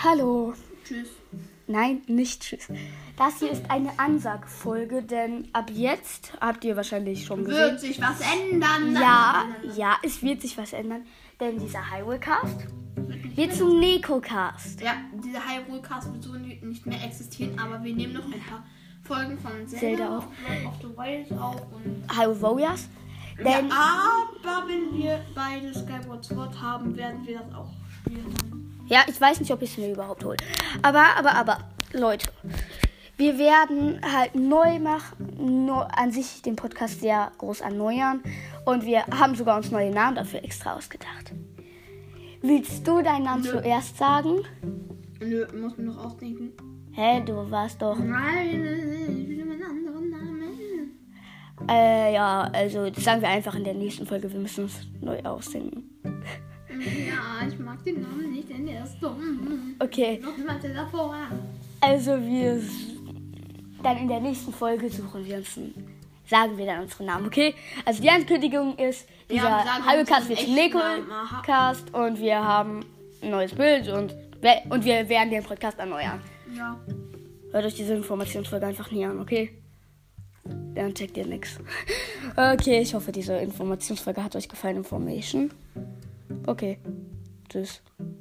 Hallo. Tschüss. Nein, nicht tschüss. Das hier ist eine Ansagfolge, denn ab jetzt, habt ihr wahrscheinlich schon gesehen. Wird sich was ändern? Ja, es wird sich was ändern, denn dieser Hyrule-Cast wird zum Neko-Cast. Ja, dieser Hyrule-Cast wird so nicht mehr existieren, aber wir nehmen noch ein paar Folgen von Zelda auf. Breath of the Wild auf und Hyrule Warriors. Denn aber wenn wir beide Skyward Sword haben, werden wir das auch spielen. ja, ich weiß nicht, ob ich es mir überhaupt hole. Aber, Leute, wir werden halt neu machen, an sich den Podcast sehr groß erneuern. Und wir haben sogar uns neue Namen dafür extra ausgedacht. Willst du deinen Namen zuerst sagen? Nö, muss man noch ausdenken. Hä, du warst doch... Nein, ich will einen anderen Namen. Ja, also das sagen wir einfach in der nächsten Folge. Wir müssen uns neu ausdenken. Ja, ich mag den Namen nicht, denn der ist dumm. Okay. Noch jemand davor. Also dann in der nächsten Folge sagen wir dann unseren Namen, okay? Also die Ankündigung ist, dieser Hyrule-Cast wird zum Neko-Cast und wir haben ein neues Bild und wir werden den Podcast erneuern. Ja. Hört euch diese Informationsfolge einfach nie an, okay? Dann checkt ihr nichts. Okay, ich hoffe, diese Informationsfolge hat euch gefallen. Okay. Tschüss.